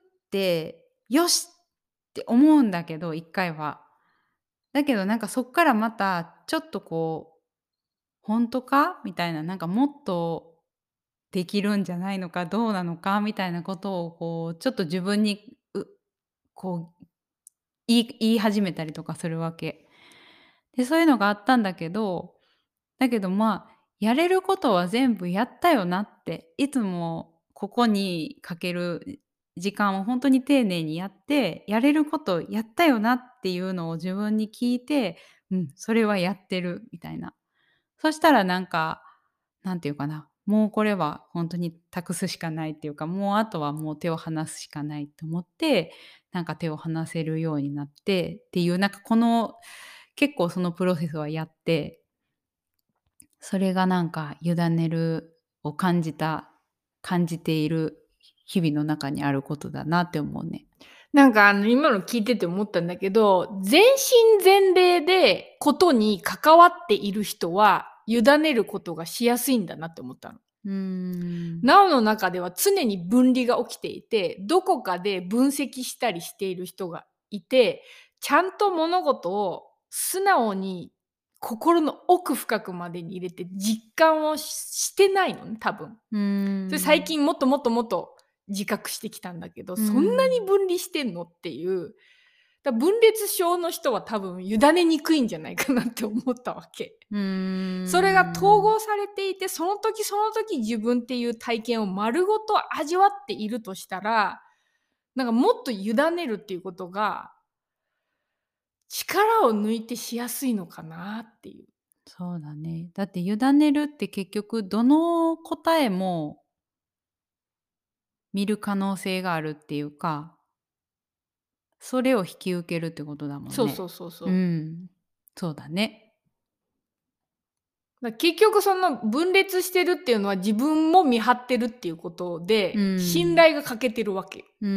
よしって思うんだけど、一回は。だけどなんかそっからまたちょっとこう、本当か？みたいな、なんかもっとできるんじゃないのか、どうなのかみたいなことをこうちょっと自分にこう言い始めたりとかするわけ。で、そういうのがあったんだけど、やれることは全部やったよなって、いつもここにかける時間を本当に丁寧にやって、やれることやったよなっていうのを自分に聞いて、それはやってるみたいな。そしたらなんか、なんていうかな、 もうこれは本当に託すしかないっていうか、もうあとはもう手を離すしかないと思って、なんか手を離せるようになってっていう、なんかこの結構そのプロセスはやって、それがなんか委ねるを感じている日々の中にあることだなって思うね。 なんか今の聞いてて思ったんだけど、全身全霊でことに関わっている人は、委ねることがしやすいんだなって思ったの。 うーん。 なおの中では常に分離が起きていて、どこかで分析したりしている人がいて、ちゃんと物事を素直に心の奥深くまでに入れて実感をしてないのね、多分。 うーそれ最ん。 近もっともっともっと自覚してきたんだけど、 うーそんなにん。 分離してんのっていう。分裂症の人は多分委ねにくいんじゃないかなって思ったわけ。 うーそれが統ん。 合されていて、その時その時自分っていう体験を丸ごと味わっているとしたら、なんかもっと委ねるっていうことが、力を抜いてしやすいのかなっていう。 そうだね。だって委ねるって結局どの答えも見る可能性があるっていうか、それを引き受けるってことだもんね。 そうそうそうそう。 うん。そうだね。 結局その分裂してるっていうのは自分も見張ってるっていうことうで、信ん。 頼が欠けてるわけよ。 うん。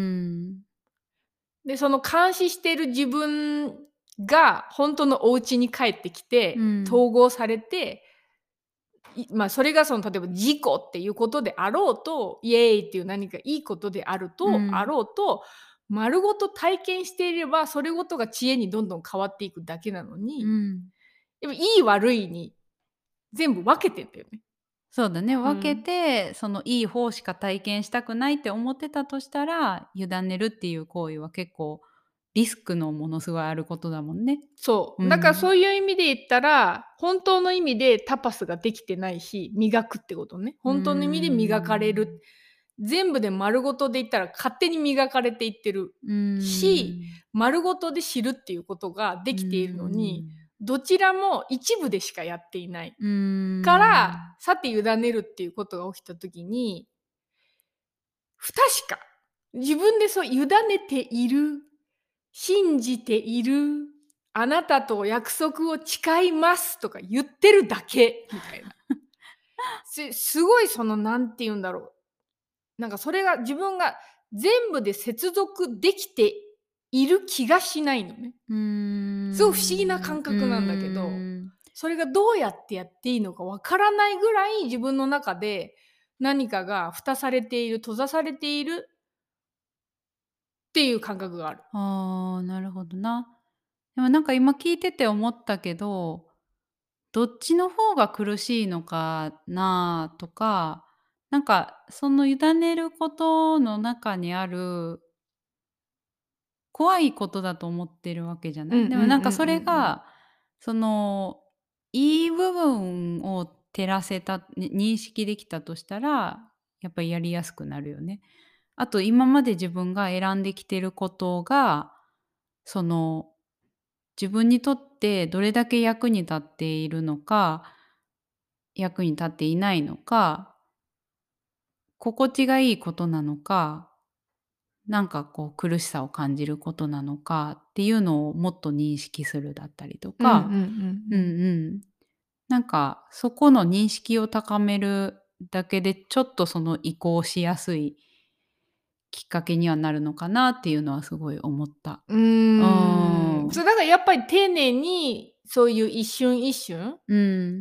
で、その監視してる自分が本当のお家に帰ってきて、 うん。 統合されて、それがその例えば事故っていうことであろうと、イエーイっていう何かいいことであうん。 ろうと、丸ごと体験していれば、それごとが知恵にどんどん変わっていくだけなのに、 うん。 やっぱいい悪いに全部分けてんだよね。 そうだね、分けうん。 て、そのいい方しか体験したくないって思ってたとしたら、委ねるっていう行為は結構リスクのものすごいあることだもんね。 そう。だからうん。 そういう意味で言ったら、本当の意味でタパスができてないし、磨くってことね。 うー本当の意味で磨かれる。 ん。 全部で丸ごとで言ったら勝手に磨かれていってるうーし、 ん。 丸ごとで知るっていうことがでうーきているのに、 ん。 どちらも一部でしかやっていない。 うーから、 ん。 さて委ねるっていうことが起きた時に、不確か。自分でそう委ねている、信じている、あなたと約束を誓いますとか言ってるだけみたいな。すごいそのなんて言うんだろう。なんかそれが自分が全部で接続できている気がしないのね。 うーすごい不思議なん。 感う覚なんだけど、 ーん。 それがどうやってやっていいのかわからないぐらい自分の中で何かが蓋されている、閉ざされているっていう感覚がある。 ああ、なるほどな。でもなんか今聞いてて思ったけど、どっちの方が苦しいのかなとか、なんかその委ねることの中にある怖いことだと思ってるわけじゃない。 うんうんうんうんでもなんかそれうん。 が、その、いい部分を照らせた、認識できたとしたら、やっぱりやりやすくなるよね。あと今まで自分が選んできてることが、その、自分にとってどれだけ役に立っているのか、役に立っていないのか、心地がいいことなのか、なんかこう苦しさを感じることなのかっていうのをもっと認識するだったりとか、 うんうんうんううんん。 うん。なんかそこの認識を高めるだけで、ちょっとその移行しやすいきっかけにはなるのかなっていうのはすごい思った。うーん。 そう、だからやっぱり丁寧に、そういう一瞬一瞬うん。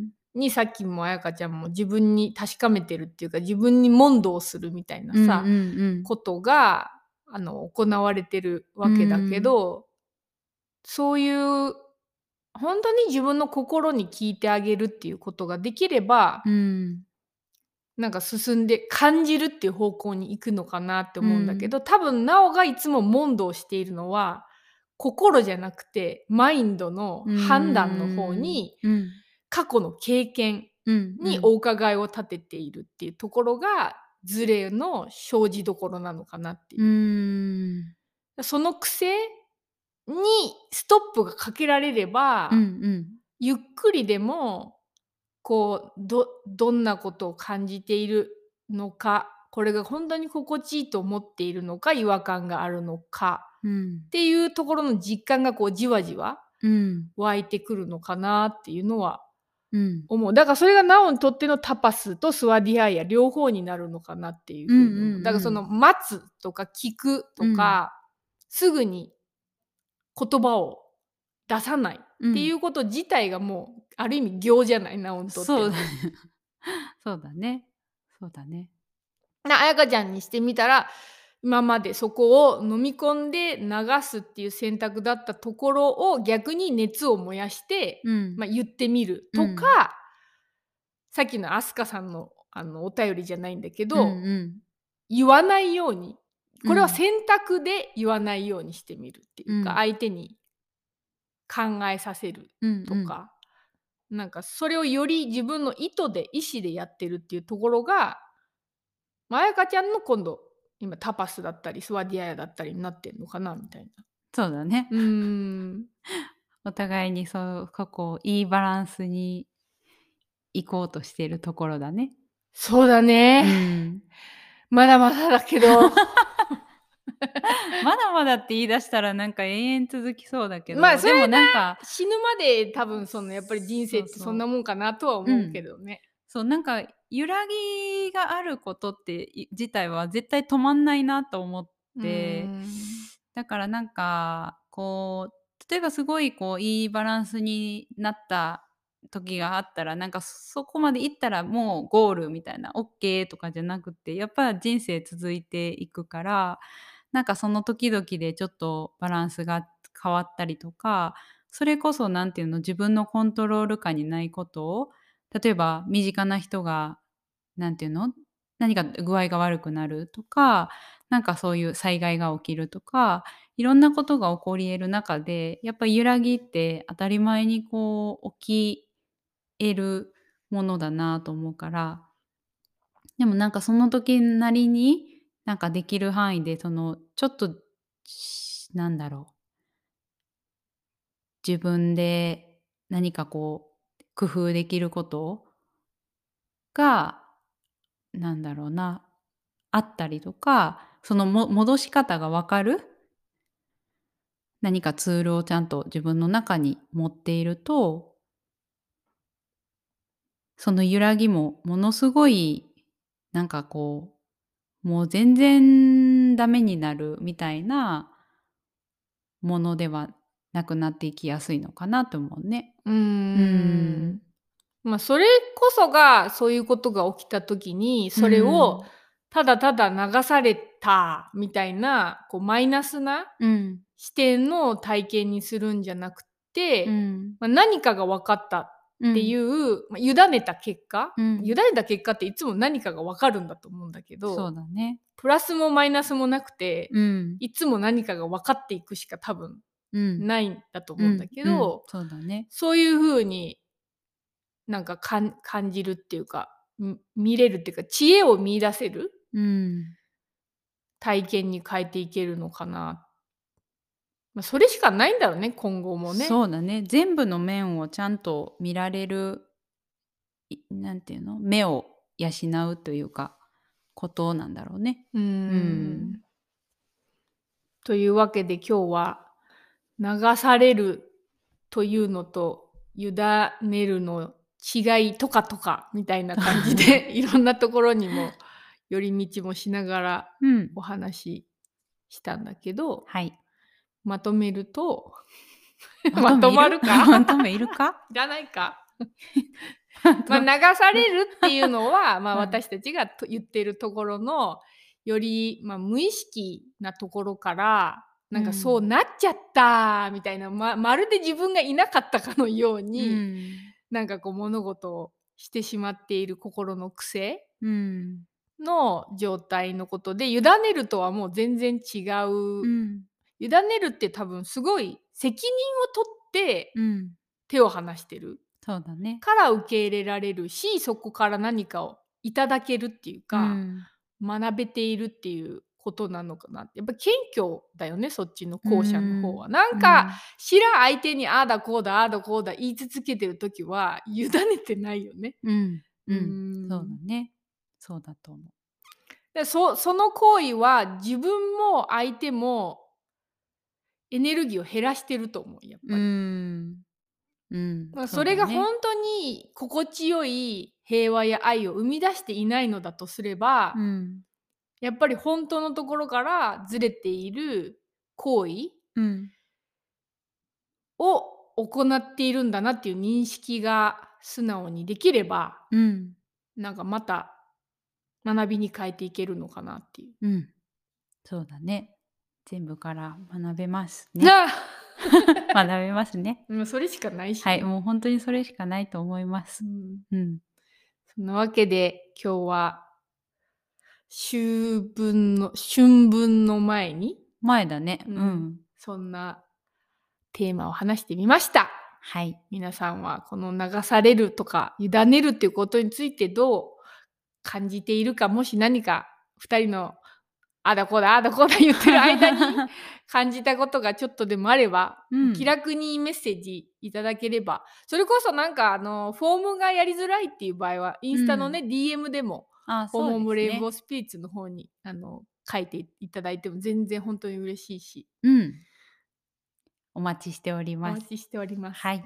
に、さっきもあやかちゃんも自分に確かめてるっていうか、自分に問答するみたいなうんうんさ、 うん。 ことが、行われてるうわけだけーん。 ど、そういう、ほんとに自分の心に聞いてあげるっていうことができれば、 うん。 なんか進んで感じるっていう方向に行くのかなってうん。 思うんだけど、多分なおがいつも問答しているのは、心じゃなくてマインドのう判断の方ーん。 に、 うん。 過去の経験うんうん。 にお伺いを立てているっていうところが、ズレの生じどころなのかなってうーいう。 ん。 その癖にストップがかけられれうんうば、 ん。 ゆっくりでもこうどんなことを感じているのか、これが本当に心地いいと思っているのか、違和感があるのかうん。 っていうところの実感がこうじわじわうん。 湧いてくるのかなっていうのはうん。 思う。だからそれがナオにとってのタパスとスワディアイア両方になるのかなっていううんう風に思う。だからそのんうん。 待つとか聞くとうん。 か、すぐに言葉を出さないっていうん。 うこと自体がもうある意味行じゃない、ナオにとってそうだの。 ね。そうだね。そうだね。 彩香ちゃんにしてみたら、今までそこを飲み込んで流すっていう選択だったところを逆に熱を燃やして、 うん。 言ってみるとか、 うん。 さっきのアスカさんのお便りじゃないんだけうんど、 うん。 言わないように、これはうん。 選択で言わないようにしてみるっていうか、 うん。 相手に考えさせるうんうん。 とか、なんかそれをより自分の意思でやってるっていうところが、彩香ちゃんの今度、今タパスだったり、スワディアヤだったりになってんのかなみたいな。 そうだね。 うーん。 お互いにここをいいバランスに行こうとしているところだね。 そうだね。 うん。 まだまだだけど、 まだまだって言い出したらなんか永遠続きそうだけど、 それでもなんか、 死ぬまで多分そのやっぱり人生ってそんなそうそう。 もんかなとは思うけうん。 どね。 そう、なんか揺らぎがあることって自体は絶対止まんないなと思っうーて、 ん。 だからなんかこう、例えばすごいこういいバランスになった時があったら、なんかそこまでいったらもうゴールみたいな、オッケーとかじゃなくて、やっぱ人生続いていくから、なんかその時々でちょっとバランスが変わったりとか、それこそ何ていうの、自分のコントロール下にないことを、例えば身近な人が、何ていうの、何か具合が悪くなるとか、なんかそういう災害が起きるとか、いろんなことが起こり得る中で、やっぱり揺らぎって当たり前にこう起き得るものだなと思うから、でもなんかその時なりに、なんかできる範囲でそのちょっと、なんだろう、自分で何かこう工夫できることが、なんだろうな、あったりとか、その戻し方が分かる何かツールをちゃんと自分の中に持っていると、その揺らぎもものすごい、なんかこう、もう全然ダメになるみたいなものではなくなっていきやすいのかなと思うね。 うーうーん。 ん。それこそが、そういうことが起きた時に、 うそれをん。 ただただ流されたみたいな、こうマイナスなうん。 視点の体験にするんじゃなくて、 うん。 何かが分かったっていうん。 う、委ねた結果、委うん。 ねた結果っていつも何かが分かるんだと思うんだけそうど、 だね。 プラスもマイナスもなくて、 うん。 いつも何かが分かっていくしか多分うん。 ないんだとうん。 思うんだけうん。 ど、 そうだね。 そういう風になんか感じるっていうか、見れるっていうか、知恵を見出せるうん。 体験に変えていけるのかな。それしかないんだろうね、今後もね。 そうだね。全部の面をちゃんと見られる、なんていうの、目を養うというか、ことなんだろうね。 うーうん。 ん。というわけで今日は、流されるというのと委ねるの違いとかとかみたいな感じでいろんなところにも寄り道もしながらうん。 お話ししたんだけど、 はい。 まとめるとままととめいる？ まるかまとめいるか？ いらないかまと流されるっていうのは、 うん。 私たちが言ってるところの、より、無意識なところから、なんかそううん。 なっちゃったみたいな、まるで自分がいなかったかのよううに、 ん。 なんかこう物事をしてしまっている心の癖うん。 の状態のことで、委ねるとはもう全然違う。 うん。 委ねるって多分すごい責任を取ってうん。 手を離してる。 そうだね。 から受け入れられるし、そこから何かをいただけるっていううか、 ん。 学べているっていうことなのかなって。やっぱ謙虚だよね、そっちの後者の方は。なんうか知らん相手にああだこうだああだこうだ言い続けてる時は委ねてないよね。 うんうそうだんね。そうだと思う。 でその行為は自分も相手もエネルギーを減らしてると思う、やっぱり。 そうだね。 それが本当に心地よい平和や愛を生み出していないのだとすれば、 うんやっぱり本当のところからずれている行為うんを行っているんだなっていう認識が素直にできれば、 うんなんかまた学びに変えていけるのかなっていう。 うんそうだね。全部から学べますね。 なあ学べますね。 もうそれしかないしはい、 ね。 もう本当にそれしかないと思いまうす。 ん、 うん。 そんなわけで今日は春分の前に、 前だね。 そんなテーマを話してみました。 はい。 皆さんはこの流されるとか委ねるっていうことについてどう感じているか、もし何か2人のあだこうだあだこうだ言ってる間に感じたことがちょっとでもあれば、気楽にメッセージいただければ、それこそなんかフォームがやりづらいっていう場合はインスタのね、DM でもホモムレインボースピリッツの方に書いていただいても全然本当に嬉しいし、 お待ちしておりおます。 待ちしております。 はい。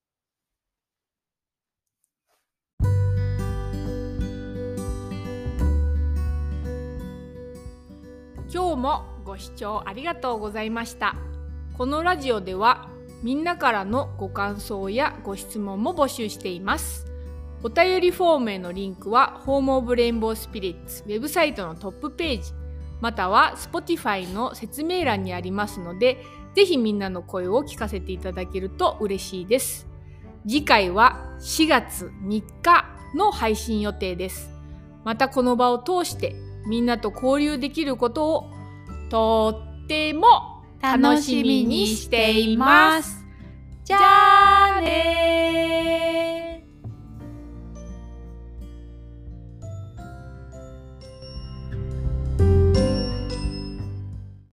今日もご視聴ありがとうございました。このラジオではみんなからのご感想やご質問も募集しています。お便りフォームへのリンクはホームオブレインボースピリッツウェブサイトのトップページ、または Spotify の説明欄にありますので、ぜひみんなの声を聞かせていただけると嬉しいです。次回は4月3日の配信予定です。またこの場を通してみんなと交流できることをとっても楽しみにしています。じゃあねー。